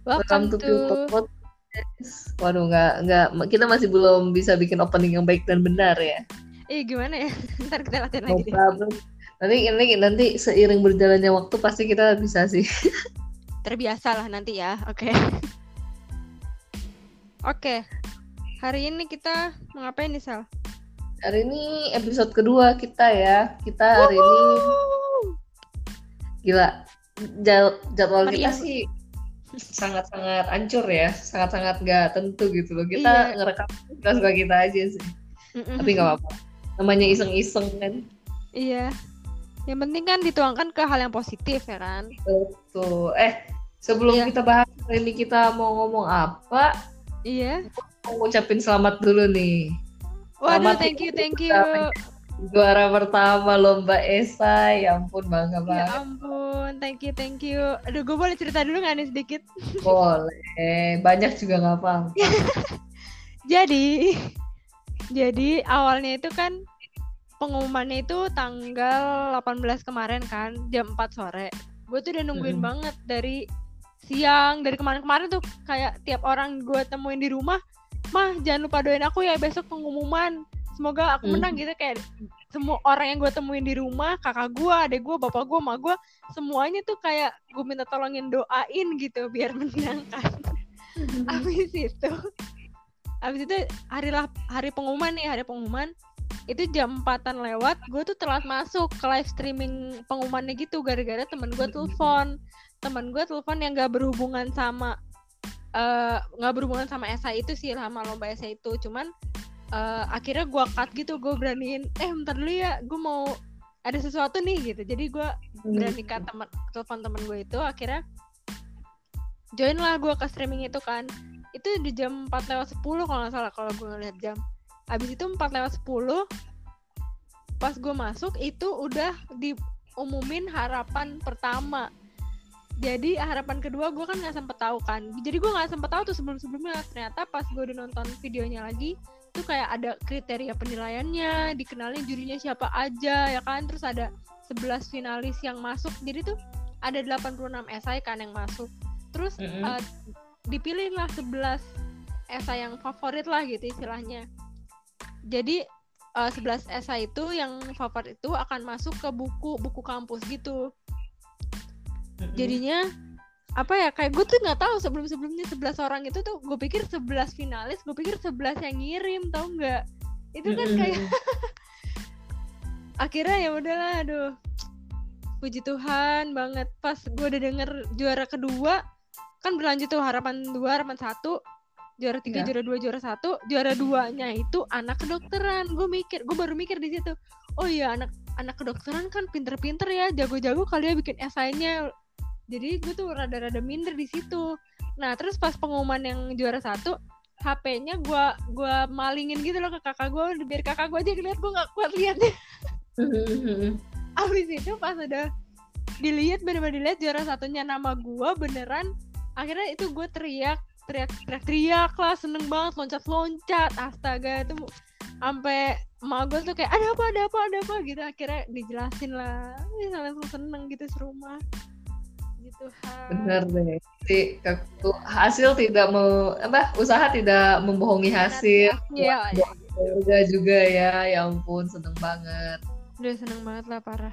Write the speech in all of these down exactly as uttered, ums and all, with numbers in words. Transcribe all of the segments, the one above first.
Welcome Welcome to Piltok to Podcast. Waduh, nggak nggak kita masih belum bisa bikin opening yang baik dan benar ya. Eh gimana ya? Ntar kita latihan No lagi deh. problem. Nanti nanti nanti seiring berjalannya waktu pasti kita bisa sih. Terbiasa lah nanti ya. Oke. Oke. Hari ini kita mau ngapain nih, Sal? Hari ini episode kedua kita ya. Kita hari ini gila jad- jadwal kita Meriah. sih sangat-sangat hancur ya, sangat-sangat nggak tentu gitu loh. Kita Iya. ngerekam suka-suka kita aja sih. Mm-mm. Tapi nggak apa-apa. Namanya iseng-iseng kan. Iya. Yang penting kan dituangkan ke hal yang positif ya kan. Betul. Eh, sebelum Iya. kita bahas hari ini kita mau ngomong apa, Iya. mau ngucapin selamat dulu nih. Waduh, Selamat thank you, ya, thank you. juara pertama lomba esai. Ya ampun, bangga Ya banget. ampun, thank you, thank you. Aduh, gue boleh cerita dulu nggak nih sedikit? Boleh. Banyak juga nggak apa-apa. Jadi, jadi awalnya itu kan pengumumannya itu tanggal delapan belas kemarin kan, jam empat sore. Gue tuh udah nungguin Mm-mm. banget dari siang, dari kemarin-kemarin tuh kayak tiap orang gue temuin di rumah, mah jangan lupa doain aku ya besok pengumuman. Semoga aku Hmm. menang gitu, kayak semua orang yang gue temuin di rumah, kakak gue, adek gue, bapak gue, emak gue, semuanya tuh kayak gue minta tolongin doain gitu biar menyenangkan. Abis itu, abis itu hari lah hari pengumuman nih, hari pengumuman itu jam empatan lewat, gue tuh telat masuk ke live streaming pengumumannya gitu gara-gara temen gue telepon, temen gue telepon yang gak berhubungan sama eh, nggak berhubungan sama esai itu sih, sama lomba esai itu, cuman eh, akhirnya gue cut gitu, gue beraniin, eh bentar dulu ya, gue mau ada sesuatu nih gitu, jadi gue berani cut temen, telepon temen gue itu, akhirnya join lah gue ke streaming itu kan, itu di jam empat lewat sepuluh kalau nggak salah kalau gue ngeliat jam. Abis itu empat lewat sepuluh pas gue masuk itu udah diumumin harapan pertama. Jadi harapan kedua gue kan nggak sempet tahu kan, jadi gue nggak sempet tahu tuh sebelum-sebelumnya. Ternyata pas gue udah nonton videonya lagi tuh kayak ada kriteria penilaiannya, dikenalin jurinya siapa aja ya kan, terus ada sebelas finalis yang masuk, jadi tuh ada delapan puluh enam esai kan yang masuk, terus Mm-mm. uh, dipilih lah sebelas esai yang favorit lah gitu istilahnya. Jadi uh, sebelas esai itu yang favorit itu akan masuk ke buku buku kampus gitu. Mm-mm. Jadinya apa ya, kayak gue tuh nggak tahu sebelum-sebelumnya sebelas orang itu tuh gue pikir sebelas finalis, gue pikir sebelas yang ngirim, tau nggak? Itu kan Mm-mm. kayak akhirnya ya udahlah, aduh puji Tuhan banget pas gue udah denger juara kedua kan berlanjut tuh, harapan dua, harapan satu, juara tiga, Ya. juara dua, juara satu, juara duanya itu anak kedokteran. Gue mikir, gue baru mikir di situ, oh iya anak anak kedokteran kan pinter-pinter ya, jago-jago kali ya bikin esainya. Jadi gue tuh rada-rada minder di situ. Nah terus pas pengumuman yang juara satu, H P-nya gue gue malingin gitu loh ke kakak gue, biar kakak gue aja ngeliat, gue nggak kuat liatnya. Mm-mm. Abis itu pas udah dilihat, bener-bener dilihat juara satunya nama gue beneran, akhirnya itu gue teriak teriak teriak teriak lah, seneng banget, loncat loncat, astaga itu sampai emak gue tuh kayak ada apa ada apa ada apa gitu, akhirnya dijelasin lah, bisa langsung seneng gitu serumah gitu. Bener deh. Si, hasil tidak mau apa usaha tidak membohongi hasil. Iya, Buat keluarga juga ya, ya ampun seneng banget. udah seneng banget lah parah.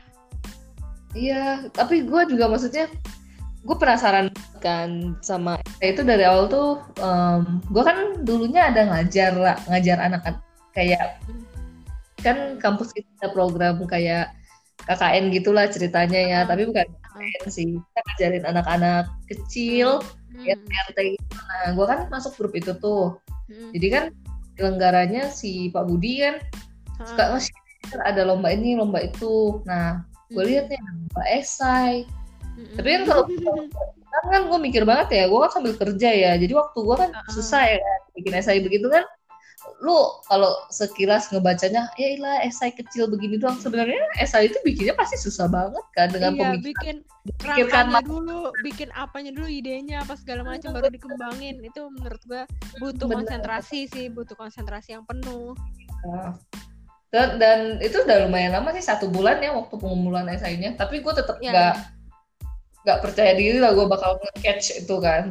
Iya, tapi gue juga maksudnya gue penasaran kan sama itu dari awal tuh. Um, gue kan dulunya ada ngajar lah, ngajar anak-anak kayak kan kampus kita ada program kayak K K N gitulah ceritanya ya, Uh-huh. tapi bukan K K N sih, kita ngajarin anak-anak kecil Hmm. R T gitu. Nah, gue kan masuk grup itu tuh, Hmm. jadi kan penyelenggaranya si Pak Budi kan suka Uh-huh. nge-share ada lomba ini lomba itu. Nah, gue Hmm. lihat nih lomba esai. Hmm. Tapi kan kalau kan, kan gue mikir banget ya, gue kan sambil kerja ya, jadi waktu gue kan Uh-uh. susah ya kan, bikin esai begitu kan. Lu kalau sekilas ngebacanya, ya ilah esai kecil begini doang. Sebenarnya esai itu bikinnya pasti susah banget kan, dengan iya, pemikiran. bikin Pikirkan rangkanya dulu, bikin apanya dulu, idenya apa segala macam baru dikembangin. Itu menurut gue butuh Bener. konsentrasi sih, butuh konsentrasi yang penuh. Dan, dan itu udah lumayan lama sih, satu bulan ya waktu pengumpulan esainya. Tapi gue tetap Iya, nggak iya. nggak percaya diri lah gue bakal nge-catch itu kan.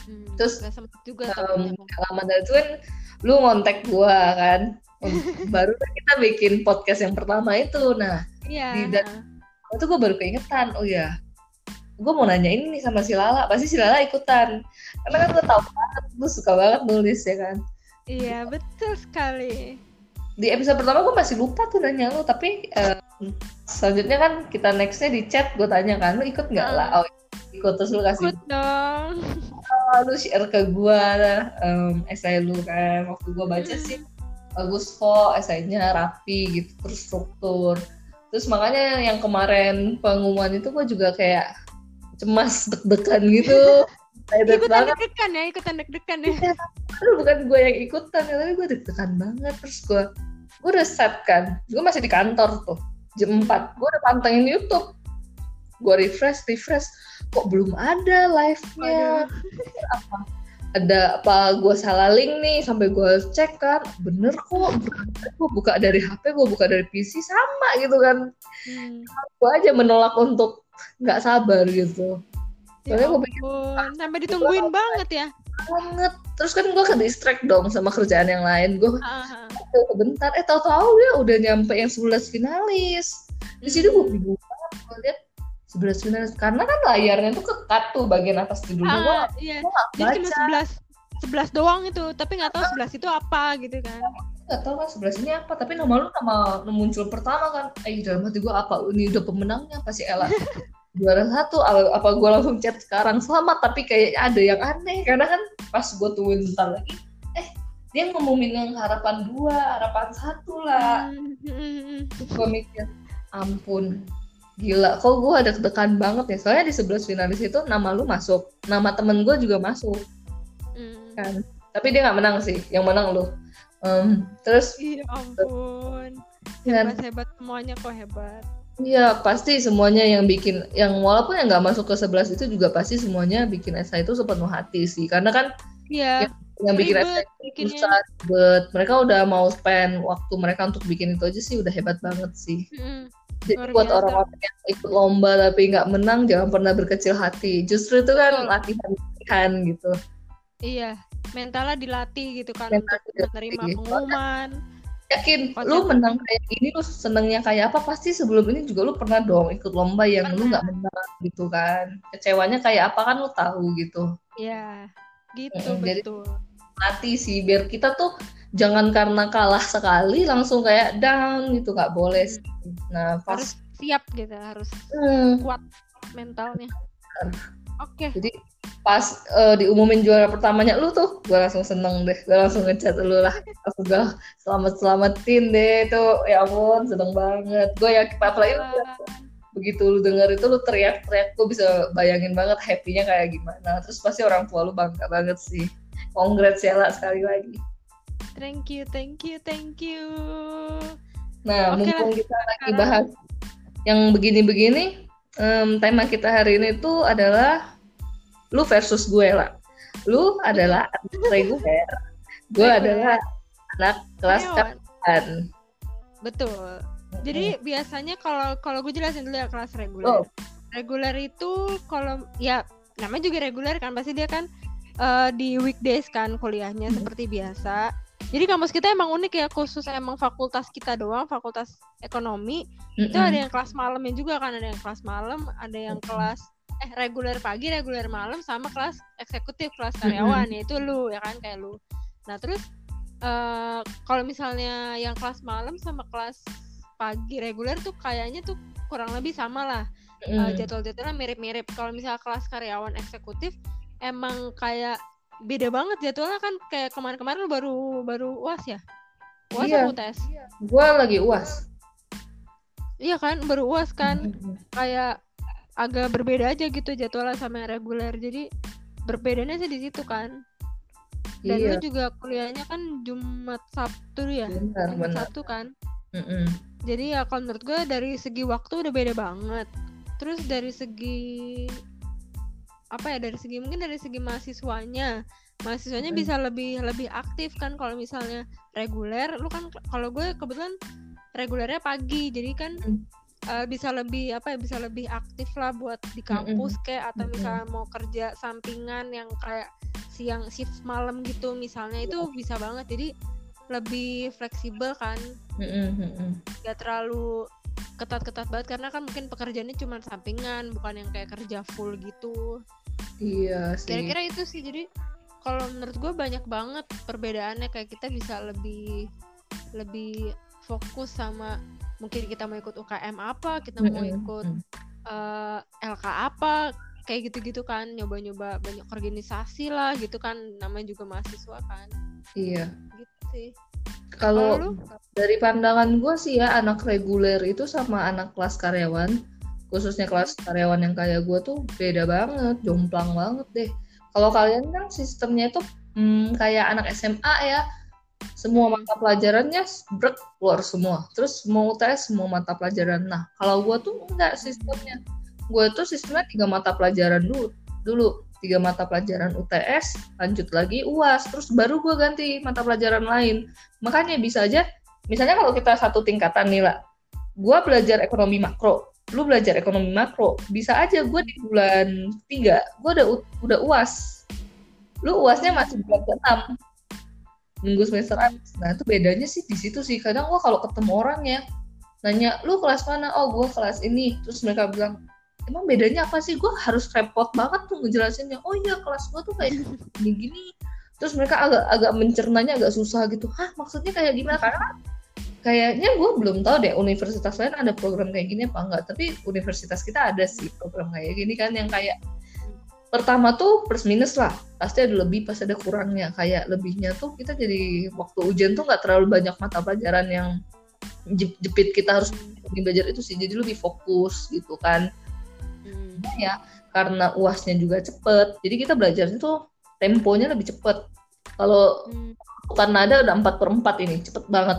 Hmm, Terus gak sempet juga um, tapi aku. lama dari itu kan lu ngontek gua kan. Baru kan kita bikin podcast yang pertama itu. Nah, Iya. di dan itu gue baru keingetan, oh ya, gue mau nanya ini nih sama si Lala, pasti si Lala ikutan. Karena kan gue tau banget, gue suka banget nulis ya kan. Iya betul sekali. Di episode pertama gue masih lupa tuh nanya lu, tapi um, selanjutnya kan kita nextnya di chat, gue tanya kan, lu ikut nggak lah? Oh ikut, terus lu kasih. Ikut dong. Oh, lu share ke gue um, essay lu kan, waktu gue baca sih bagus kok, esainya rapi gitu, terstruktur. Terus makanya yang kemarin pengumuman itu gue juga kayak cemas, deg-degan gitu. Ikutan deg-degan ya, ikutan deg-degan ya. Aduh, bukan gue yang ikutan ya, tapi gue deg-degan banget. Terus gue, gue udah set kan, gue masih di kantor tuh, jam empat, gue udah pantengin YouTube. Gue refresh, refresh, kok belum ada live-nya. Apa? Ada apa gue salah link nih, sampai gue cek kan, bener kok, gue buka dari H P, gue buka dari P C, sama gitu kan. Hmm. Gue aja menolak untuk nggak sabar gitu. Ya ampun, pikir, sampai ditungguin gue, banget ya. Banget. Terus kan gue ke distract dong sama kerjaan yang lain. Gue sebentar, eh tahu-tahu ya udah nyampe yang sebelas finalis. Di sini gue bingung banget, gue lihat sebelas finalis, karena kan layarnya tuh kekat tuh bagian atas judulnya. Ah, gua, iya. Jadi cuma sebelas sebelas doang itu, tapi nggak tahu sebelas itu apa gitu kan. Nggak tahu kan sebelas ini apa, tapi nama lu nama muncul pertama kan. Eh dalam hati gue, apa ini udah pemenangnya pasti Ella juara satu, apa gue langsung chat sekarang selamat, tapi kayak ada yang aneh karena kan pas gue tungguin bentar lagi, eh dia ngumumin yang harapan dua, harapan satu lah. Hmm. Gue mikir, ampun, gila, kok gue ada tekan banget ya, soalnya di sebelas finalis itu nama lu masuk, nama temen gue juga masuk. Hmm. Kan, tapi dia nggak menang sih, yang menang lu. Um, terus, ya ampun, hebat-hebat semuanya kok, hebat. Iya, pasti semuanya yang bikin, yang walaupun yang nggak masuk ke sebelas itu juga pasti semuanya bikin essay itu sepenuh hati sih, karena kan iya, yang, yang bikin essay itu susah, ribet. Mereka udah mau spend waktu mereka untuk bikin itu aja sih, udah hebat banget sih. Hmm. Jadi buat biasa. Orang-orang yang ikut lomba tapi nggak menang, jangan pernah berkecil hati. Justru itu kan latihan-latihan gitu. Iya, mentalnya dilatih gitu kan, mental untuk menerima gitu. Pengumuman. Yakin, konsep. Lu menang kayak gini, lu senengnya kayak apa, pasti sebelum ini juga lu pernah dong ikut lomba yang pernah. Lu nggak menang gitu kan. Kecewanya kayak apa kan lu tahu gitu. Iya, gitu hmm, betul. Jadi latih sih, biar kita tuh jangan karena kalah sekali langsung kayak down gitu, nggak boleh sih. Nah, pas harus siap gitu, harus hmm. kuat mentalnya. Oke. Okay. Jadi pas uh, diumumin juara pertamanya lu tuh, gue langsung seneng deh, gue langsung ngechat lu lah, langsung gue selamat-selamatin deh tuh, ya ampun seneng banget. Gue yakin apalagi lu, begitu lu dengar itu lu teriak-teriak, gue bisa bayangin banget happy-nya kayak gimana. Terus pasti orang tua lu bangga banget sih. Congrats ya lah sekali lagi. Thank you, thank you, thank you. Nah, okay, mumpung lah. Kita lagi bahas yang begini-begini, um, tema kita hari ini tuh adalah lu versus gue lah. Lu adalah anak reguler, gue adalah anak kelas kapan. Betul. Jadi hmm. biasanya kalau kalau gue jelasin dulu ya kelas reguler. Oh. Reguler itu kalau ya namanya juga reguler kan, pasti dia kan uh, di weekdays kan kuliahnya hmm. seperti biasa. Jadi kampus kita emang unik ya, khusus emang fakultas kita doang, fakultas ekonomi. Mm-hmm. Itu ada yang kelas malamnya juga kan, ada yang kelas malam, ada yang kelas eh reguler pagi, reguler malam, sama kelas eksekutif, kelas karyawan, mm-hmm. yaitu lu ya kan, kayak lu. Nah terus uh, kalau misalnya yang kelas malam sama kelas pagi reguler tuh kayaknya tuh kurang lebih sama lah, mm-hmm. uh, jadwal-jadwalnya mirip-mirip. Kalau misalnya kelas karyawan eksekutif emang kayak beda banget jadwalnya kan, kayak kemarin-kemarin lu baru baru U A S ya? U A S iya. atau U T S? Gua lagi U A S. Iya kan, baru U A S kan, mm-hmm. kayak agak berbeda aja gitu jadwalnya sama yang reguler. Jadi berbedanya sih di situ kan. Dan iya. Lu juga kuliahnya kan Jumat Sabtu ya? Benar, Jumat benar. Sabtu kan. Mm-mm. Jadi ya kalau menurut gue dari segi waktu udah beda banget. Terus dari segi apa ya, dari segi mungkin dari segi mahasiswanya. Mahasiswanya mm. bisa lebih lebih aktif kan. Kalau misalnya reguler, lu kan kalau gue kebetulan regulernya pagi. Jadi kan mm. uh, bisa lebih apa ya bisa lebih aktif lah buat di kampus kayak atau misalnya mau kerja sampingan yang kayak siang shift malam gitu misalnya itu bisa banget jadi lebih fleksibel kan nggak terlalu ketat-ketat banget karena kan mungkin pekerjaannya cuma sampingan bukan yang kayak kerja full gitu. Iya sih. Kira-kira itu sih jadi kalau menurut gue banyak banget perbedaannya kayak kita bisa lebih lebih fokus sama mungkin kita mau ikut U K M apa kita mau Mm-mm. ikut uh, L K apa kayak gitu-gitu kan nyoba-nyoba banyak organisasi lah gitu kan namanya juga mahasiswa kan. Iya. Gitu sih. Kalau dari pandangan gue sih ya anak reguler itu sama anak kelas karyawan khususnya kelas karyawan yang kayak gue tuh beda banget, jomplang banget deh. Kalau kalian kan sistemnya itu hmm, kayak anak S M A ya, semua mata pelajarannya brek keluar semua. Terus mau U T S semua mata pelajaran. Nah kalau gue tuh enggak sistemnya. Gue tuh sistemnya tiga mata pelajaran dulu, dulu tiga mata pelajaran U T S, lanjut lagi U A S, terus baru gue ganti mata pelajaran lain. Makanya bisa aja, misalnya kalau kita satu tingkatan nih lah, gue belajar ekonomi makro, lu belajar ekonomi makro, bisa aja gue di bulan tiga, gue udah udah U A S, lu U A S-nya masih bulan keenam, nunggu semester habis. Nah itu bedanya sih di situ sih. Kadang gue kalau ketemu orang ya, nanya lu kelas mana? Oh gue kelas ini. Terus mereka bilang, emang bedanya apa sih? Gue harus repot banget tuh ngejelasinnya. Oh iya kelas gue tuh kayak gini-gini. Terus mereka agak agak mencernanya agak susah gitu. Hah maksudnya kayak gimana? Karena kayaknya gue belum tahu deh universitas lain ada program kayak gini apa enggak. Tapi universitas kita ada sih program kayak gini kan yang kayak pertama tuh plus minus lah. Pasti ada lebih, pasti ada kurangnya. Kayak lebihnya tuh kita jadi waktu ujian tuh nggak terlalu banyak mata pelajaran yang jepit kita harus belajar itu sih. Jadi lebih fokus gitu kan. Hmm. Ya karena U A S-nya juga cepet. Jadi kita belajar itu temponya lebih cepet. Kalau hmm. bukan nada udah empat per empat ini, cepet banget.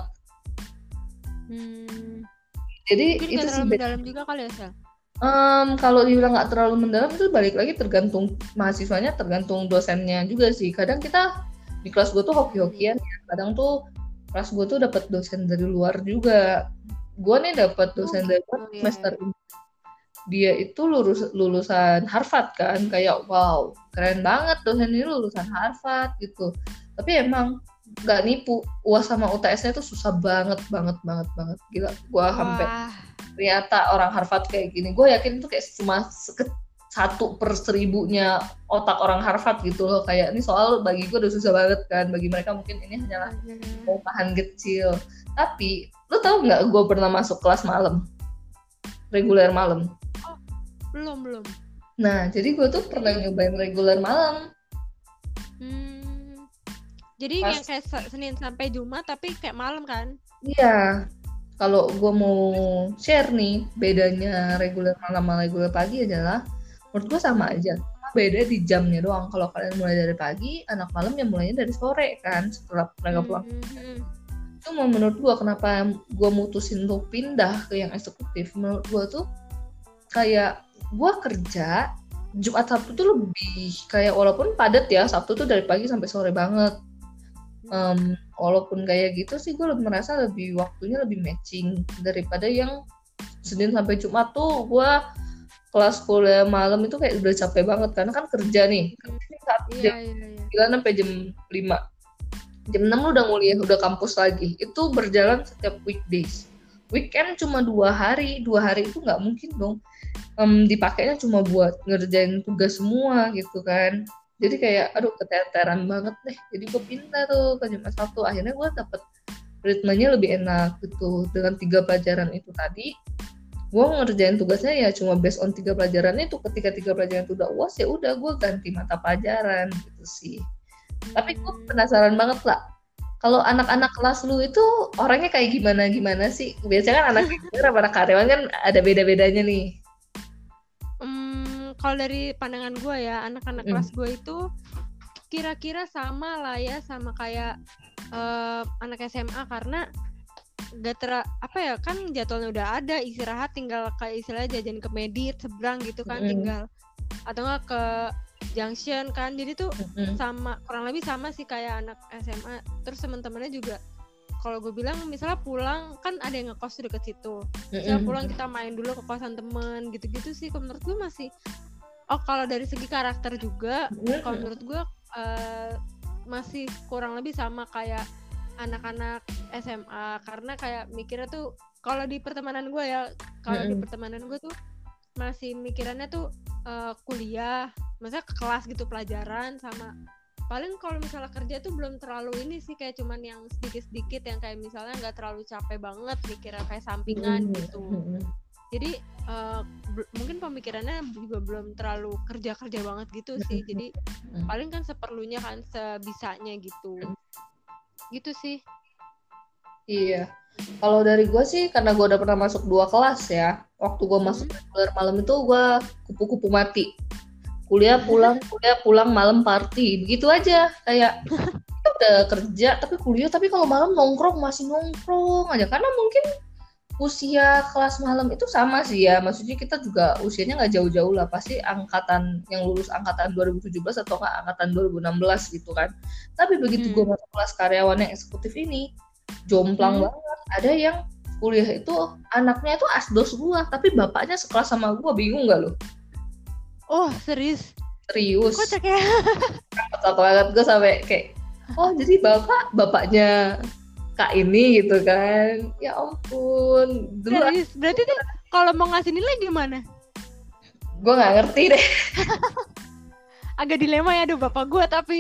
Hmm. Jadi mungkin itu sih mendalam juga kali ya, Sel? Um, kalau dibilang nggak terlalu mendalam itu balik lagi tergantung mahasiswanya, tergantung dosennya juga sih. Kadang kita di kelas gue tuh hoki-hokian ya. Kadang tuh kelas gue tuh dapat dosen dari luar juga. Gue nih dapat dosen oh, dari luar oh, semester ini. Yeah. Dia itu lulus lulusan Harvard kan, kayak wow keren banget dosen ini lulusan Harvard gitu. Tapi emang nggak nipu, U A S sama U T S-nya tuh susah banget banget banget banget. Gila, gue sampai ternyata orang Harvard kayak gini. Gue yakin itu kayak cuma seket, satu per seribunya otak orang Harvard gitu loh. Kayak ini soal bagi gue udah susah banget kan. Bagi mereka mungkin ini hanyalah bahan kecil. Tapi lo tau nggak gue pernah masuk kelas malam, reguler malam? Oh, belum belum. Nah jadi gue tuh pernah nyobain reguler malam. Hmm, jadi Pas, yang kayak Senin sampai Jumat tapi kayak malam kan? Iya. Kalau gue mau share nih bedanya reguler malam sama reguler pagi adalah menurut gue sama aja, beda di jamnya doang. Kalau kalian mulai dari pagi, anak malam yang mulainya dari sore kan setelah mereka pulang. Mm-hmm. Itu menurut gue kenapa gue mutusin untuk pindah ke yang eksekutif. Menurut gue tuh kayak gue kerja Jumat Sabtu tuh lebih kayak walaupun padat ya, Sabtu tuh dari pagi sampai sore banget. Um, walaupun kayak gitu sih gue lebih merasa lebih waktunya lebih matching daripada yang Senin sampai Jumat tuh gue kelas kuliah malam itu kayak udah capek banget karena kan kerja nih kerja iya, iya, iya. sampai jam lima jam enam lu udah nguliah udah kampus lagi itu berjalan setiap weekdays. Weekend cuma dua hari dua hari itu nggak mungkin dong um, dipakainya cuma buat ngerjain tugas semua gitu kan. Jadi kayak aduh keteteran banget deh. Jadi gue pindah tuh ke Jumat Sabtu. Akhirnya gue dapet ritmenya lebih enak gitu. Dengan tiga pelajaran itu tadi, gue ngerjain tugasnya ya cuma based on tiga pelajaran itu. Ketika tiga pelajaran itu udah U A S ya udah gue ganti mata pelajaran gitu sih. Tapi gue penasaran banget lah. Kalau anak-anak kelas lu itu orangnya kayak gimana-gimana sih? Biasanya kan anak anak karyawan kan ada beda-bedanya nih. Kalau dari pandangan gue ya anak-anak mm. kelas gue itu kira-kira sama lah ya sama kayak uh, anak S M A karena gak ter apa ya kan jadwalnya udah ada istirahat tinggal kayak istilahnya jajan ke Medit seberang gitu kan mm. tinggal atau nggak ke Junction kan jadi tuh mm. sama kurang lebih sama sih kayak anak S M A terus teman-temannya juga kalau gue bilang misalnya pulang kan ada yang ngekos deket situ, misalnya Mm-mm. pulang kita main dulu ke kosan temen gitu-gitu sih. Kalau menurut gue masih, oh kalau dari segi karakter juga, Mm-mm. kalau menurut gue uh, masih kurang lebih sama kayak anak-anak S M A, karena kayak mikirnya tuh kalau di pertemanan gue ya, kalau di Mm-mm. pertemanan gue tuh masih mikirannya tuh uh, kuliah, maksudnya ke kelas gitu pelajaran, sama paling kalau misalnya kerja tuh belum terlalu ini sih, kayak cuman yang sedikit-sedikit yang kayak misalnya nggak terlalu capek banget mikirnya kayak sampingan Mm-mm. gitu. Mm-mm. Jadi uh, b- mungkin pemikirannya juga belum terlalu kerja-kerja banget gitu sih. Jadi Mm-mm. paling kan seperlunya kan, sebisanya gitu. Gitu sih. Iya. Kalau dari gue sih karena gue udah pernah masuk dua kelas ya. Waktu gue Hmm. masuk reguler malam itu gue kupu-kupu mati. Kuliah pulang, kuliah pulang, malam party. Begitu aja. Kayak kita udah kerja tapi kuliah, tapi kalau malam nongkrong masih nongkrong aja. Karena mungkin usia kelas malam itu sama sih ya. Maksudnya kita juga usianya nggak jauh-jauh lah. Pasti angkatan yang lulus angkatan dua ribu tujuh belas atau nggak angkatan dua ribu enam belas gitu kan. Tapi begitu gue Hmm. masuk kelas karyawan yang eksekutif ini, jomplang Hmm. banget. Ada yang kuliah itu anaknya itu asdos gua, tapi bapaknya sekelas sama gua. Bingung nggak lo? Oh serius? Serius. Kocak ya. Kocak banget gue sampai kayak, oh jadi bapak bapaknya kak ini gitu kan. Ya ampun. Dulu Serius? Berarti tuh kalau mau ngasih nilai gimana? gue nggak ngerti deh. Agak dilema ya, aduh bapak gue tapi.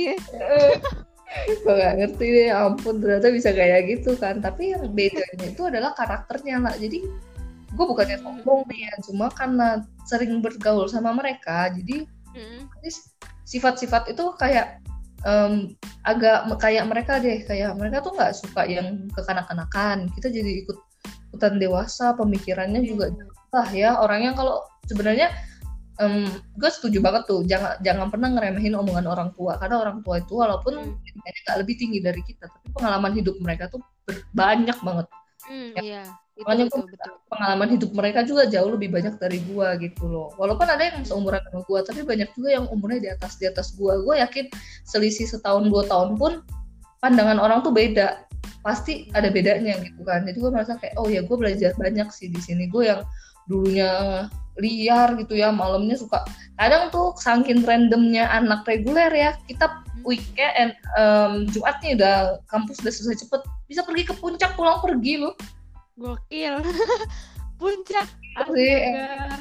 Gue nggak ngerti deh. Ya ampun, ternyata bisa kayak gitu kan. Tapi yang bedanya itu adalah karakternya lah. Jadi gue bukannya sombong nih ya, cuma karena sering bergaul sama mereka, jadi Hmm. sifat-sifat itu kayak um, agak kayak mereka deh, kayak mereka tuh nggak suka yang kekanak-kanakan. Kita jadi ikut ikutan dewasa, pemikirannya juga lah ya. Orangnya kalau sebenarnya um, gue setuju banget tuh, jangan jangan pernah ngeremehin omongan orang tua, karena orang tua itu walaupun pendidikannya nggak lebih tinggi dari kita, tapi pengalaman hidup mereka tuh ber- banyak banget. Hmm, Ya. iya, itu Makanya betul, gua, betul. pengalaman hidup mereka juga jauh lebih banyak dari gua gitu loh. Walaupun ada yang seumuran sama gua, tapi banyak juga yang umurnya di atas di atas gua. Gua yakin selisih setahun dua tahun pun pandangan orang tuh beda. Pasti ada bedanya gitu kan. Jadi gua merasa kayak, oh ya gua belajar banyak sih di sini. Gua yang dulunya liar gitu ya, malamnya suka. Kadang tuh saking randomnya anak reguler ya, kita weekend um, Jumat nih udah kampus udah selesai cepet, bisa pergi ke puncak, pulang pergi loh. Gokil. Puncak. Sih, Astaga.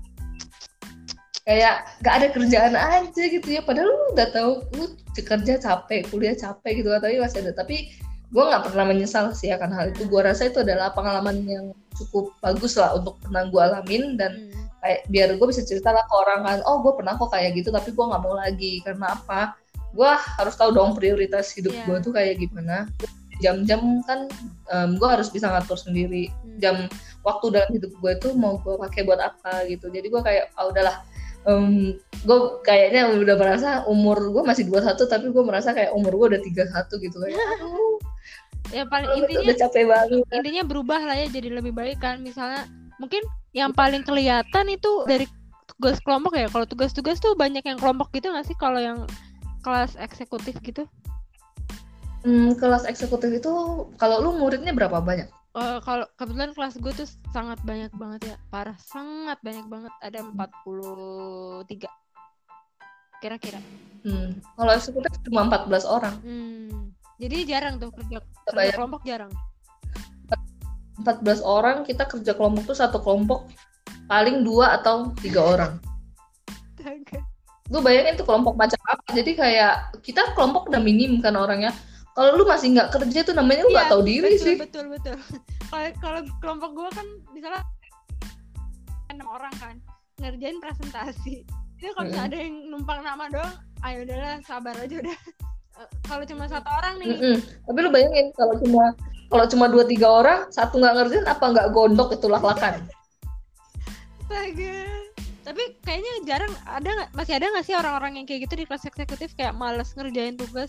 kayak gak ada kerjaan aja gitu ya, padahal lu udah tahu lu kerja capek, kuliah capek gitu kan, tapi masih ada. Tapi gue nggak pernah menyesal sih akan hal itu. Gue rasa itu adalah pengalaman yang cukup bagus lah untuk pernah gue alamin, dan Hmm. kayak biar gue bisa cerita lah ke orang kan, oh gue pernah kok kayak gitu, tapi gue nggak mau lagi. Karena apa? Gue harus tahu dong prioritas hidup Yeah. gue tuh kayak gimana. Jam-jam kan um, gue harus bisa ngatur sendiri. Hmm. Jam waktu dalam hidup gue tuh mau gue pakai buat apa gitu. Jadi gue kayak, oh udahlah. Um, gue kayaknya udah merasa umur gue masih dua puluh satu, tapi gue merasa kayak umur gue udah tiga puluh satu gitu kayak. Aduh, Ya paling udah intinya capek banget. intinya berubah lah ya, jadi lebih baik kan. Misalnya mungkin yang paling kelihatan itu dari tugas kelompok ya. Kalau tugas-tugas tuh banyak yang kelompok gitu nggak sih kalau yang kelas eksekutif gitu? Hmm, kelas eksekutif itu kalau lu muridnya berapa banyak? Uh, kalau kebetulan kelas gue tuh sangat banyak banget ya, parah, sangat banyak banget, ada empat puluh tiga kira-kira. Hmm, kalau eksekutif cuma empat belas orang. Hmm. Jadi jarang tuh kerja, kerja Kebayang. kelompok jarang. empat belas orang, kita kerja kelompok tuh satu kelompok paling dua atau tiga orang. Gue bayangin tuh kelompok macam apa. Jadi kayak kita kelompok udah minim kan orangnya. Kalau lu masih nggak kerja tuh namanya lu nggak Iya, tahu diri betul, sih. Betul betul. Kalau kalau kelompok gue kan misalnya enam orang kan ngerjain presentasi. Jadi kalau Mm-mm. ada yang numpang nama doang, ayo udahlah sabar aja udah. Uh, kalau cuma satu orang nih. Mm-mm. Tapi lu bayangin kalau cuma kalau cuma dua tiga orang, satu nggak ngerjain, apa nggak gondok itu lak-lakan. Astaga. Tapi kayaknya jarang ada nggak, masih ada nggak sih orang-orang yang kayak gitu di kelas eksekutif, kayak malas ngerjain tugas?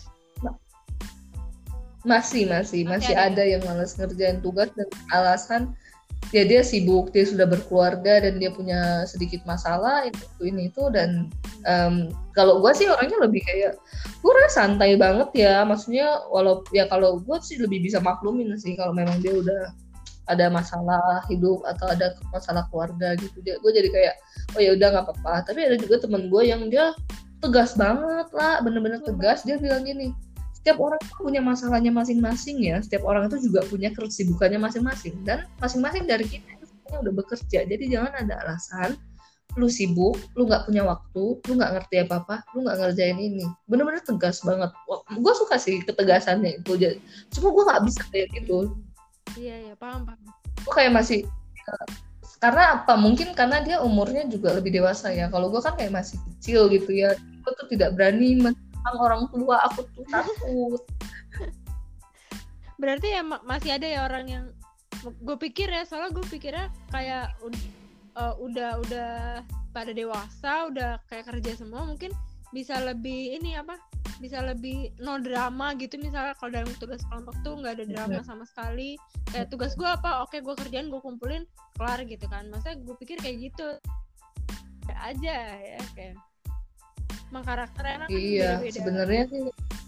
Masih, masih, masih ada, ada yang malas ngerjain tugas dan alasan dia dia sibuk, dia sudah berkeluarga dan dia punya sedikit masalah itu ini itu dan um, kalau gue sih orangnya lebih kayak gue rasa santai banget ya, maksudnya walau ya kalau gue sih lebih bisa maklumin sih kalau memang dia udah ada masalah hidup atau ada masalah keluarga gitu, dia gue jadi kayak oh ya udah nggak apa-apa. Tapi ada juga temen gue yang dia tegas banget lah, bener-bener tegas. Dia bilang gini, setiap orang punya masalahnya masing-masing ya, setiap orang itu juga punya kesibukannya masing-masing dan masing-masing dari kita itu sebenarnya udah bekerja, jadi jangan ada alasan lu sibuk, lu nggak punya waktu, lu nggak ngerti apa-apa, lu nggak ngerjain ini. Bener-bener tegas banget. Gue suka sih ketegasannya itu, cuma gue nggak bisa kayak gitu. Iya, iya, paham, paham. Gue kayak masih, karena apa? Mungkin karena dia umurnya juga lebih dewasa ya. Kalau gue kan kayak masih kecil gitu ya. Gue tuh tidak berani menentang orang tua, aku tuh takut. Berarti ya masih ada ya orang yang, gue pikir ya, soalnya gue pikirnya kayak uh, udah udah pada dewasa, udah kayak kerja semua, mungkin bisa lebih ini apa? Bisa lebih no drama gitu. Misalnya kalau dalam tugas kelompok tuh nggak ada drama sama sekali, kayak tugas gue apa, oke gue kerjain, gue kumpulin, kelar gitu kan. Masa gue pikir kayak gitu kayak aja ya, kayak emang karakternya kan iya beda-beda. sebenarnya sih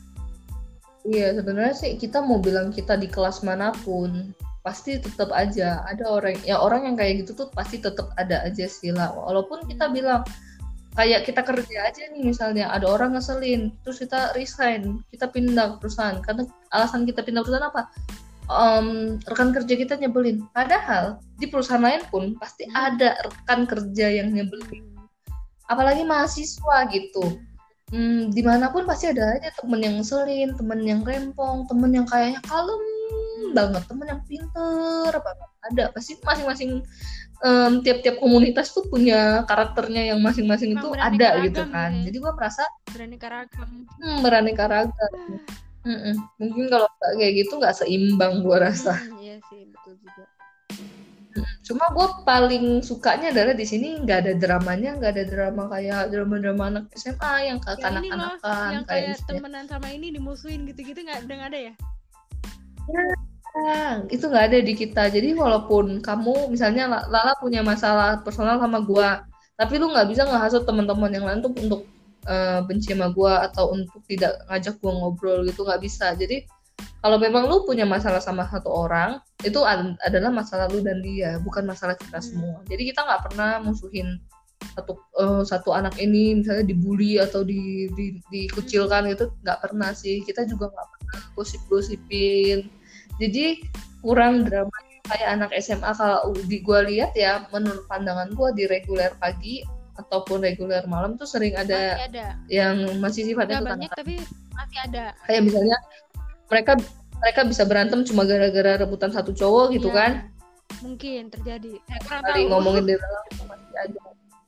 iya sebenarnya sih kita mau bilang kita di kelas manapun pasti tetap aja ada orang ya, orang yang kayak gitu tuh pasti tetap ada aja sih lah. Walaupun kita bilang kayak kita kerja aja nih, misalnya ada orang ngeselin, terus kita resign, kita pindah perusahaan. Karena alasan kita pindah perusahaan apa? Um, rekan kerja kita nyebelin. Padahal di perusahaan lain pun pasti ada rekan kerja yang nyebelin. Apalagi mahasiswa gitu. Hmm, dimanapun pasti ada aja temen yang ngeselin, temen yang rempong, temen yang kayaknya kalem banget, temen yang pinter banget. Ada pasti masing-masing. Um, tiap-tiap komunitas tuh punya karakternya yang masing-masing itu ada gitu kan. Ya. Jadi gue merasa beraneka ragam. Hmm, beraneka ragam. Ah. Mungkin kalau kayak gitu nggak seimbang gue rasa. Hmm, iya sih, betul juga. Cuma gue paling sukanya adalah di sini nggak ada dramanya, nggak ada drama kayak drama-drama anak S M A yang ke kanak-kanakan yang kayak, kayak temenan sama ini dimusuhin gitu-gitu, nggak ada ya? Ya. Nah, itu nggak ada di kita. Jadi walaupun kamu misalnya Lala punya masalah personal sama gua, tapi lu nggak bisa ngehasut teman-teman yang lain tuh untuk uh, benci sama gua atau untuk tidak ngajak gua ngobrol gitu, nggak bisa. Jadi kalau memang lu punya masalah sama satu orang, itu ad- adalah masalah lu dan dia, bukan masalah kita semua. Jadi kita nggak pernah musuhin satu uh, satu anak ini, misalnya dibully atau di, di dikucilkan gitu, nggak pernah sih. Kita juga nggak pernah gosip-gosipin. Jadi kurang drama kayak anak S M A. Kalau di gue lihat ya, menurut pandangan gue di reguler pagi ataupun reguler malam tuh sering ada, ada. yang masih sifatnya tuh banyak tapi masih ada. Kayak misalnya mereka mereka bisa berantem cuma gara-gara rebutan satu cowok gitu ya, kan? Mungkin terjadi. Kali ngomongin di dalam masih ada.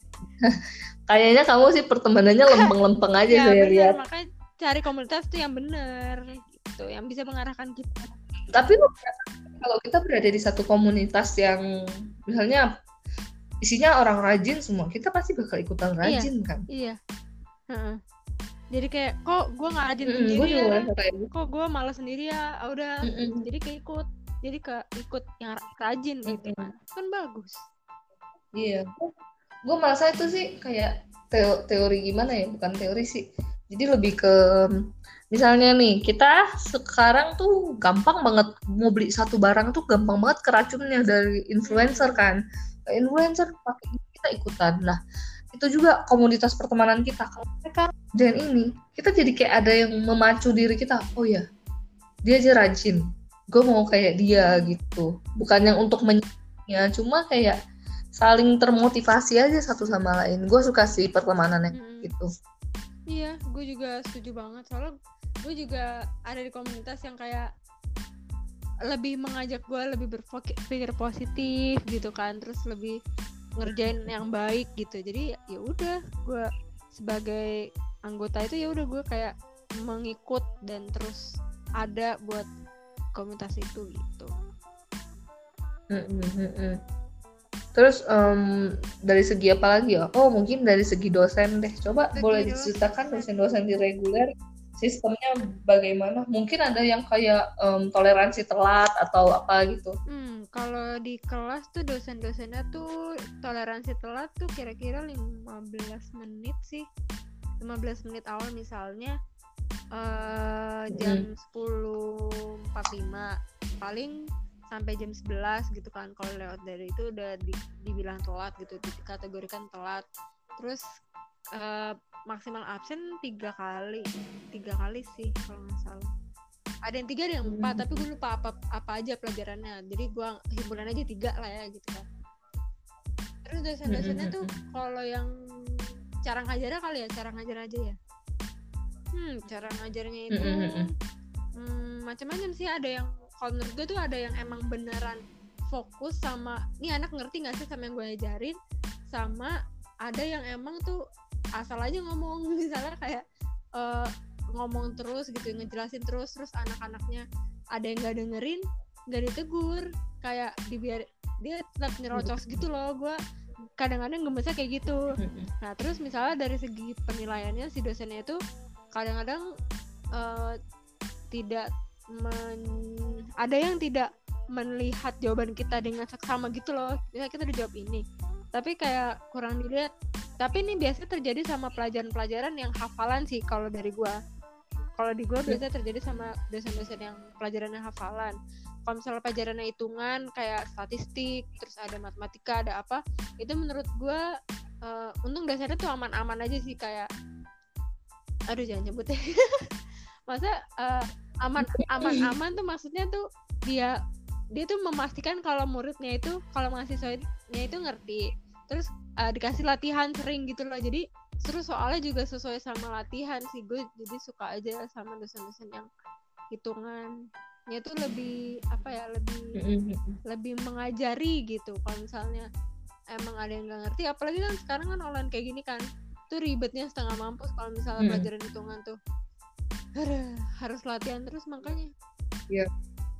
Kayaknya kamu sih pertemanannya lempeng-lempeng aja ya, saya bener, lihat. Makanya cari komunitas tuh yang benar gitu, yang bisa mengarahkan kita. Tapi kalau kita berada di satu komunitas yang misalnya isinya orang rajin semua, kita pasti bakal ikutan rajin iya, kan? Iya. Uh-uh. Jadi kayak kok gue nggak rajin mm, sendiri ya, gitu. Kok gue malas sendiri ya, udah. Mm-mm. Jadi kayak ikut, jadi ke ikut yang rajin gitu kan, kan bagus. Iya. Gue merasa itu sih kayak teo- teori gimana ya, bukan teori sih. Jadi lebih ke misalnya nih, kita sekarang tuh gampang banget mau beli satu barang tuh gampang banget keracunnya dari influencer kan. Influencer pakai kita ikutan. Nah, itu juga komunitas pertemanan kita. Kalau mereka dan ini, kita jadi kayak ada yang memacu diri kita. Oh ya, dia aja rajin. Gue mau kayak dia gitu. Bukan yang untuk menyanyinya, cuma kayak saling termotivasi aja satu sama lain. Gue suka sih pertemanannya hmm. gitu. Iya, gue juga setuju banget. Soalnya gue juga ada di komunitas yang kayak lebih mengajak gue lebih berpikir positif gitu kan, terus lebih ngerjain yang baik gitu. Jadi ya udah, gue sebagai anggota itu ya udah gue kayak mengikut dan terus ada buat komunitas itu gitu. Mm-hmm. Terus um, dari segi apa lagi ya? Oh mungkin dari segi dosen deh. Coba segi boleh diceritakan dosen-dosen di reguler sistemnya bagaimana? Mungkin ada yang kayak um, toleransi telat atau apa gitu. Hmm, kalau di kelas tuh dosen-dosennya tuh toleransi telat tuh kira-kira lima belas menit sih. lima belas menit awal misalnya uh, jam hmm. sepuluh empat puluh lima paling sampai jam sebelas gitu kan. Kalau lewat dari itu udah di, dibilang telat gitu, dikategorikan telat. Terus uh, maksimal absen tiga kali tiga kali sih kalau nggak salah. Ada yang tiga, ada yang empat, hmm. tapi gue lupa apa apa aja pelajarannya. Jadi gue himpunan aja tiga lah ya gitu kan. Terus dosen-dosennya tuh kalau yang cara ngajarnya kali ya, cara ngajar aja ya. Hmm, cara ngajarnya itu hmm, macam-macam sih. Ada yang kalau menurut gue tuh ada yang emang beneran fokus sama nih anak ngerti nggak sih sama yang gue ajarin, sama ada yang emang tuh asal aja ngomong, misalnya kayak uh, ngomong terus gitu, ngejelasin terus, terus anak-anaknya ada yang nggak dengerin, nggak ditegur, kayak dibiar dia tetap nyerocos gitu loh. Gue kadang-kadang gemesnya kayak gitu. Nah terus misalnya dari segi penilaiannya si dosennya itu kadang-kadang uh, tidak men- ada yang tidak melihat jawaban kita dengan seksama gitu loh. Misalnya kita udah jawab ini, tapi kayak kurang dilihat. Tapi ini biasanya terjadi sama pelajaran-pelajaran yang hafalan sih kalau dari gua. Kalau di gua biasanya terjadi sama dosen-dosen yang pelajaran yang hafalan. Kalau misalnya pelajarannya hitungan kayak statistik, terus ada matematika, ada apa, itu menurut gua uh, untung dosennya tuh aman-aman aja sih, kayak aduh jangan nyebut ya. Masa uh, aman aman-aman tuh maksudnya tuh dia dia tuh memastikan kalau muridnya itu, kalau mahasiswanya itu ngerti. Terus uh, dikasih latihan sering gitu loh, jadi seru, soalnya juga sesuai sama latihan sih. Gue jadi suka aja sama dosen-dosen yang hitungannya tuh lebih apa ya, lebih lebih mengajari gitu. Kalau misalnya emang ada yang nggak ngerti, apalagi kan sekarang kan online kayak gini kan, tuh ribetnya setengah mampus kalau misalnya hmm. pelajaran hitungan tuh Aduh, harus latihan terus makanya. Iya.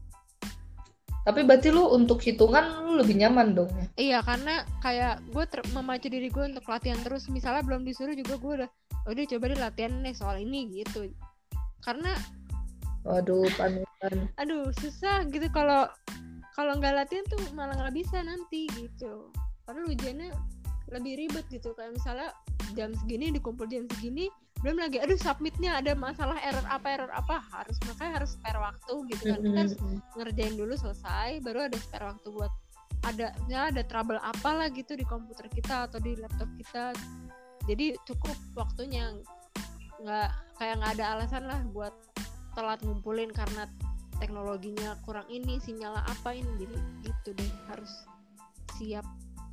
Tapi berarti lu untuk hitungan lu lebih nyaman dong ya? Iya, karena kayak gue ter- memacu diri gue untuk latihan terus. Misalnya belum disuruh juga gue udah, udah coba deh latihan nih soal ini gitu. Karena waduh, panutan. Aduh, susah gitu kalau kalau nggak latihan tuh malah nggak bisa nanti gitu. Padahal ujiannya lebih ribet gitu. Kayak misalnya jam segini dikumpul jam segini, belum lagi aduh submitnya ada masalah error apa error apa, harus makanya harus spare waktu gitu kan. Kita harus ngerjain dulu selesai, baru ada spare waktu buat ada ya ada trouble apalah gitu di komputer kita atau di laptop kita. Jadi cukup waktunya, nggak kayak nggak ada alasan lah buat telat ngumpulin karena teknologinya kurang ini, sinyalnya apa ini. Jadi gitu deh, harus siap.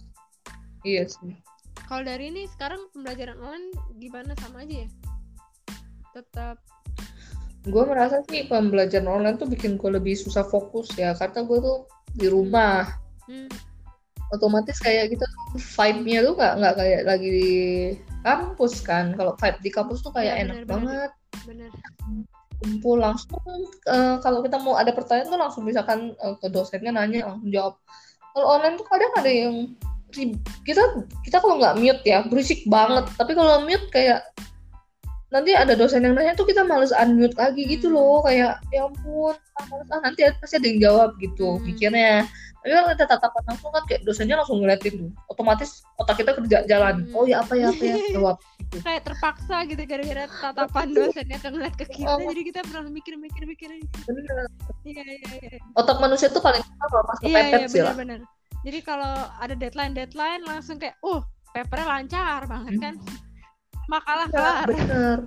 Iya sih. Kalau dari ini sekarang pembelajaran online gimana, sama aja ya? Tetap. Gue merasa sih pembelajaran online tuh bikin gue lebih susah fokus ya, karena gue tuh di rumah. Hmm. Otomatis kayak gitu vibe-nya tuh nggak nggak kayak lagi di kampus kan. Kalau vibe di kampus tuh kayak ya, enak bener, banget. Bener. Kumpul langsung. Uh, kalau kita mau ada pertanyaan tuh langsung misalkan uh, ke dosennya nanya langsung jawab. Kalau online tuh kadang ada yang kita kita kalau nggak mute ya berisik banget, tapi kalau mute kayak nanti ada dosen yang nanya tuh kita males unmute lagi gitu loh, kayak ya ampun males, ah nanti pasti ada yang jawab gitu mikirnya. Tapi kalau kita tatapan langsung kan kayak dosennya langsung ngeliatin tuh, otomatis otak kita kerja jalan. Hmm. Oh ya apa ya apa ya jawab gitu. Kayak terpaksa gitu gara-gara tatapan dosennya tuh ngeliat ke kita, oh. Jadi kita pernah mikir-mikir-mikir. Bener. Iya iya iya. Otak manusia tuh paling susah kalau pas kepepet sih lah. Bener-bener. Jadi kalau ada deadline-deadline langsung kayak, uh, papernya lancar banget kan, makalah kelar. Bener.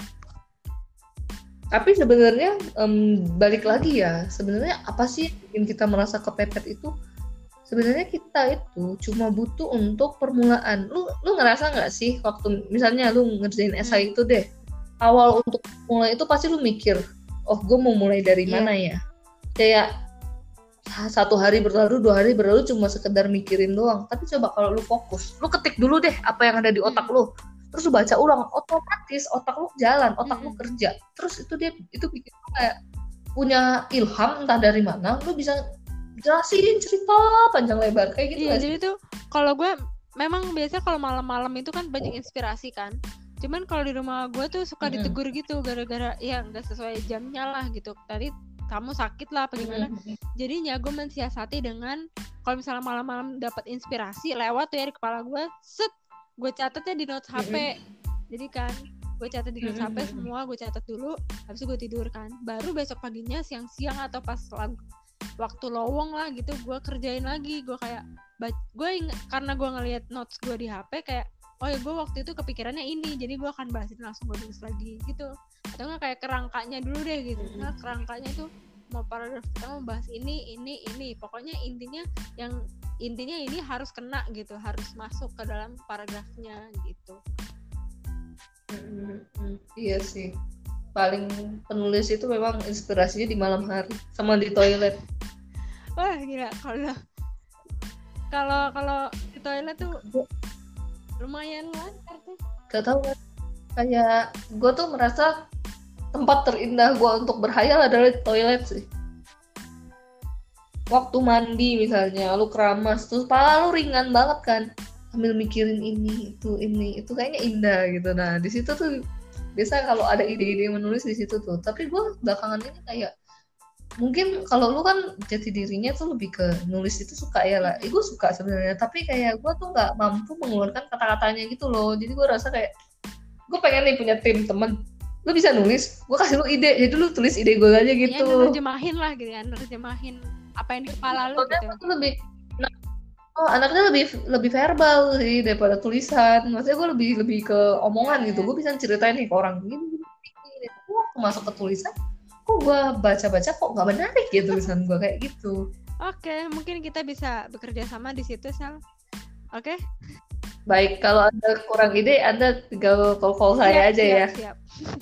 Tapi sebenarnya um, balik lagi ya, sebenarnya apa sih yang kita merasa kepepet itu? Sebenarnya kita itu cuma butuh untuk permulaan. Lu lu ngerasa nggak sih waktu misalnya lu ngerjain esai itu deh, awal untuk mulai itu pasti lu mikir, oh gue mau mulai dari yeah. mana ya? Kayak satu hari berlalu, dua hari berlalu cuma sekedar mikirin doang. Tapi coba kalau lu fokus, lu ketik dulu deh apa yang ada di otak hmm. lu, terus lu baca ulang, otomatis otak lu jalan, otak hmm. lu kerja. Terus itu dia itu bikin lu kayak punya ilham entah dari mana, lu bisa jelasin cerita panjang lebar kayak gitu. Iya, jadi tuh kalau gue memang biasa kalau malam-malam itu kan banyak inspirasi kan. Cuman kalau di rumah gue tuh suka Mm-mm. ditegur gitu gara-gara ya nggak sesuai jamnya lah gitu. Tadi kamu sakit lah apa gimana. Mm-mm. Jadinya gue mensiasati dengan kalau misalnya malam-malam dapat inspirasi lewat tuh ya di kepala gue, set gue catatnya di notes H P. Mm-mm. Jadi kan gue catat di notes H P Mm-mm. semua, gue catat dulu, habis itu gue tidur kan. Baru besok paginya siang-siang atau pas lag- waktu lowong lah gitu gue kerjain lagi. Gue kayak gue ing- karena gue ngelihat notes gue di H P kayak oh ya gue waktu itu kepikirannya ini, jadi gue akan bahas ini langsung gue tulis lagi gitu. Atau nggak kayak kerangkanya dulu deh gitu. Nah kerangkanya tuh mau paragraf pertama bahas ini ini ini pokoknya intinya yang intinya ini harus kena gitu, harus masuk ke dalam paragrafnya gitu. Mm-mm. Iya sih, paling penulis itu memang inspirasinya di malam hari sama di toilet. Wah gila, kalau kalau kalau di toilet tuh lumayan lancar tuh. Gak tau kan, kayak gue tuh merasa tempat terindah gue untuk berhayal adalah di toilet sih. Waktu mandi misalnya, lu keramas tuh kepala lu ringan banget kan, sambil mikirin ini itu ini itu kayaknya indah gitu. Nah di situ tuh biasa kalau ada ide-ide menulis di situ tuh. Tapi gue belakangan ini kayak mungkin kalau lu kan jati dirinya tuh lebih ke nulis itu suka ya lah. Eh, gue suka sebenarnya, tapi kayak gue tuh nggak mampu mengeluarkan kata-katanya gitu loh. Jadi gue rasa kayak gue pengen nih punya tim temen, lu bisa nulis, gue kasih lu ide, jadi lu tulis ide gue aja gitu. Ya nerjemahin lah gitu ya, nerjemahin apa yang di kepala lu gitu. Tuh lebih, nah, oh anaknya lebih lebih verbal sih daripada tulisan. Maksudnya gue lebih lebih ke omongan ya, gitu. Gue bisa ceritain nih ke orang gini gini. gini. Gue waktu masuk ke tulisan, kok gue baca-baca kok nggak menarik ya tulisan gue kayak gitu. Oke, mungkin kita bisa bekerja sama di situ, Sal. Oke? Baik, kalau Anda kurang ide, Anda tinggal call-call saya Siap, aja siap, ya. siap.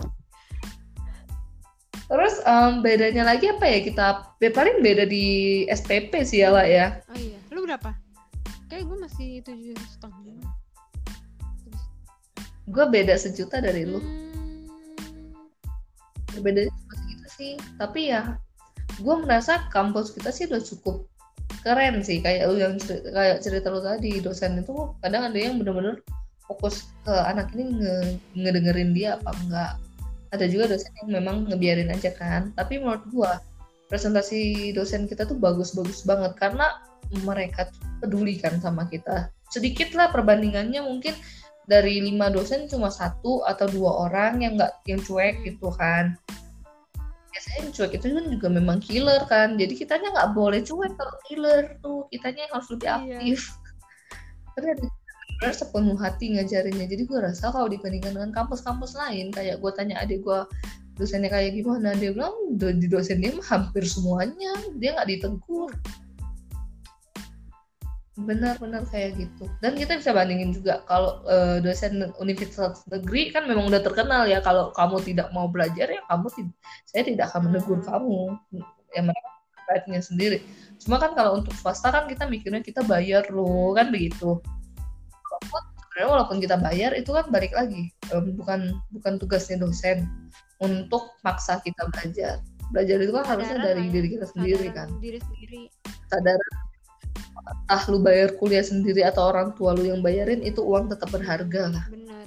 Terus um, bedanya lagi apa ya kita? Be- paling beda di S P P sih ya lah ya. Oh iya, lu berapa? Kayak gue masih tujuh setengah. Gue beda sejuta dari lu. Hmm, Bedanya cuma segitu sih. Tapi ya, gue merasa kampus kita sih udah cukup keren sih. Kayak lu yang cerita, kayak cerita lu tadi, dosen itu kadang ada yang bener-bener fokus ke anak ini nge- ngedengerin dia apa enggak. Ada juga dosen yang memang ngebiarin aja kan. Tapi menurut gue presentasi dosen kita tuh bagus-bagus banget karena mereka peduli kan sama kita. Sedikit lah perbandingannya, mungkin dari lima dosen cuma satu atau dua orang yang nggak yang cuek gitu kan. Biasanya yang cuek itu kan juga memang killer kan. Jadi kitanya nggak boleh cuek kalau killer tuh, kitanya harus lebih aktif. Iya. Tapi ada benar sepenuh hati ngajarinnya. Jadi gue rasa kalau dibandingkan dengan kampus-kampus lain, kayak gue tanya adik gue dosennya kayak gimana, dia bilang di dosen dia hampir semuanya dia nggak ditegur. Benar-benar kayak gitu. Dan kita bisa bandingin juga kalau uh, dosen universitas negeri kan memang udah terkenal ya, kalau kamu tidak mau belajar ya kamu tidak, saya tidak akan menegur kamu. Ya mereka baiknya sendiri. Cuma kan kalau untuk swasta kan kita mikirnya kita bayar loh kan begitu. Walaupun sebenarnya walaupun kita bayar itu kan balik lagi um, bukan bukan tugasnya dosen untuk maksa kita belajar. Belajar itu kan sadaran harusnya dari ya, diri kita sendiri kan. Diri sendiri. Sadaran. Entah lu bayar kuliah sendiri atau orang tua lu yang bayarin, itu uang tetap berharga lah. Benar.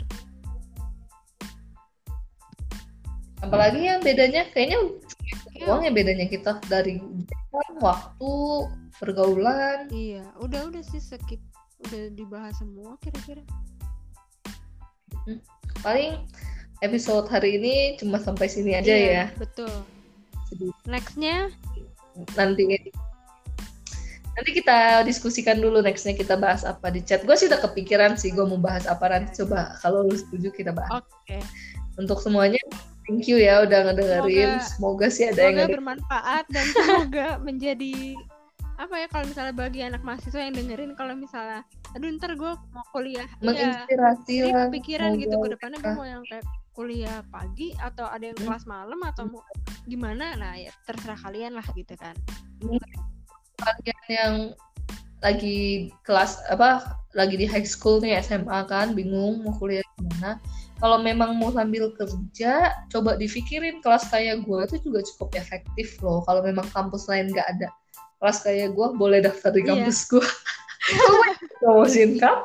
Apalagi yang bedanya kayaknya ya. Uangnya bedanya kita dari waktu, pergaulan. Iya, udah udah sih skip, udah dibahas semua kira-kira. Hmm. Paling episode hari ini cuma sampai sini aja iya, ya. Betul. Nextnya nanti nanti kita diskusikan dulu nextnya kita bahas apa di chat. Gue sih udah kepikiran sih gue mau bahas apa, nanti coba kalau lu setuju kita bahas. Oke. Okay. Untuk semuanya thank you ya udah ngedengerin. Semoga, semoga sih ada semoga yang semoga bermanfaat dan semoga menjadi apa ya, kalau misalnya bagi anak mahasiswa yang dengerin, kalau misalnya aduh ntar gue mau kuliah menginspirasi ya, lah, pikiran gitu ke depannya gue mau yang kayak kuliah pagi atau ada yang kelas malam atau mau gimana, nah ya terserah kalian lah gitu kan. Kalian yang lagi kelas apa lagi di high school nih, S M A kan bingung mau kuliah gimana, kalau memang mau sambil kerja coba dipikirin kelas kayak gue itu juga cukup efektif loh. Kalau memang kampus lain nggak ada kelas kayak gue, boleh daftar di kampus yeah. gue. Promosiin kan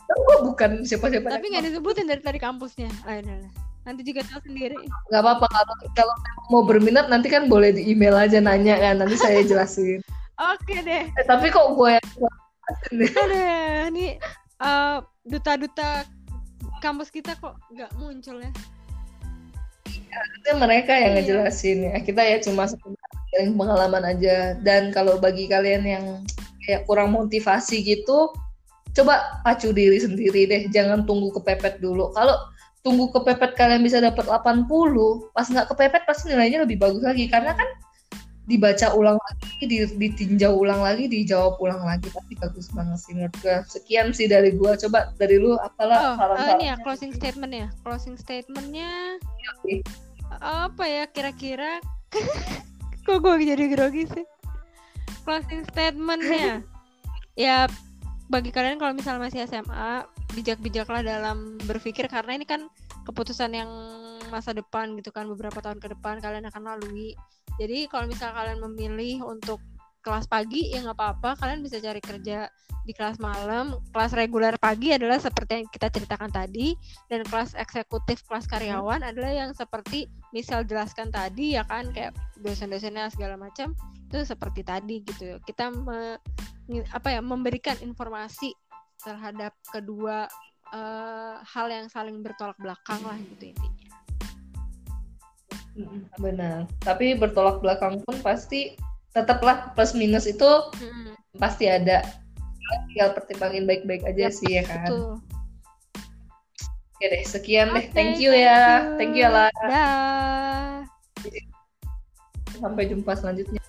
gue bukan siapa-siapa. Tapi nggak disebutin dari tadi kampusnya. Ah, adalah. Nanti juga tahu sendiri. Nggak apa-apa, kalau kalau mau berminat nanti kan boleh di email aja nanya kan, nanti saya jelasin. Oke deh. Eh, tapi kok gue yang Aduh, ini uh, duta-duta kampus kita kok nggak muncul ya? Harusnya mereka yang Iya. ngejelasin ya. Kita ya cuma sekedar sharing pengalaman aja. Dan kalau bagi kalian yang kayak kurang motivasi gitu, coba pacu diri sendiri deh. Jangan tunggu kepepet dulu. Kalau tunggu kepepet kalian bisa dapat delapan puluh, pas nggak kepepet pasti nilainya lebih bagus lagi. Karena kan dibaca ulang lagi, ditinjau ulang lagi, dijawab ulang lagi, pasti bagus banget sih menurut gue. Sekian sih dari gue. Coba dari lu apalah Oh, saran-saran. uh, ini ya closing statement ya. Closing statementnya apa ya kira-kira? Kok gue jadi grogi sih? Closing statementnya, ya bagi kalian kalau misalnya masih S M A, bijak-bijaklah dalam berpikir karena ini kan keputusan yang masa depan gitu kan, beberapa tahun ke depan kalian akan lalui. Jadi kalau misalnya kalian memilih untuk kelas pagi ya nggak apa-apa, kalian bisa cari kerja di kelas malam. Kelas reguler pagi adalah seperti yang kita ceritakan tadi, dan kelas eksekutif, kelas karyawan hmm. adalah yang seperti misal jelaskan tadi ya kan, kayak dosen-dosennya segala macam itu seperti tadi gitu. Kita me, apa ya memberikan informasi terhadap kedua uh, hal yang saling bertolak belakang lah gitu intinya. Benar, tapi bertolak belakang pun pasti tetaplah plus minus itu hmm. pasti ada. Tinggal pertimbangin baik-baik aja yep, sih ya kan. Betul. Oke deh, sekian okay, deh. Thank you thank ya. You. Thank you ya lah. Dah. Sampai jumpa selanjutnya.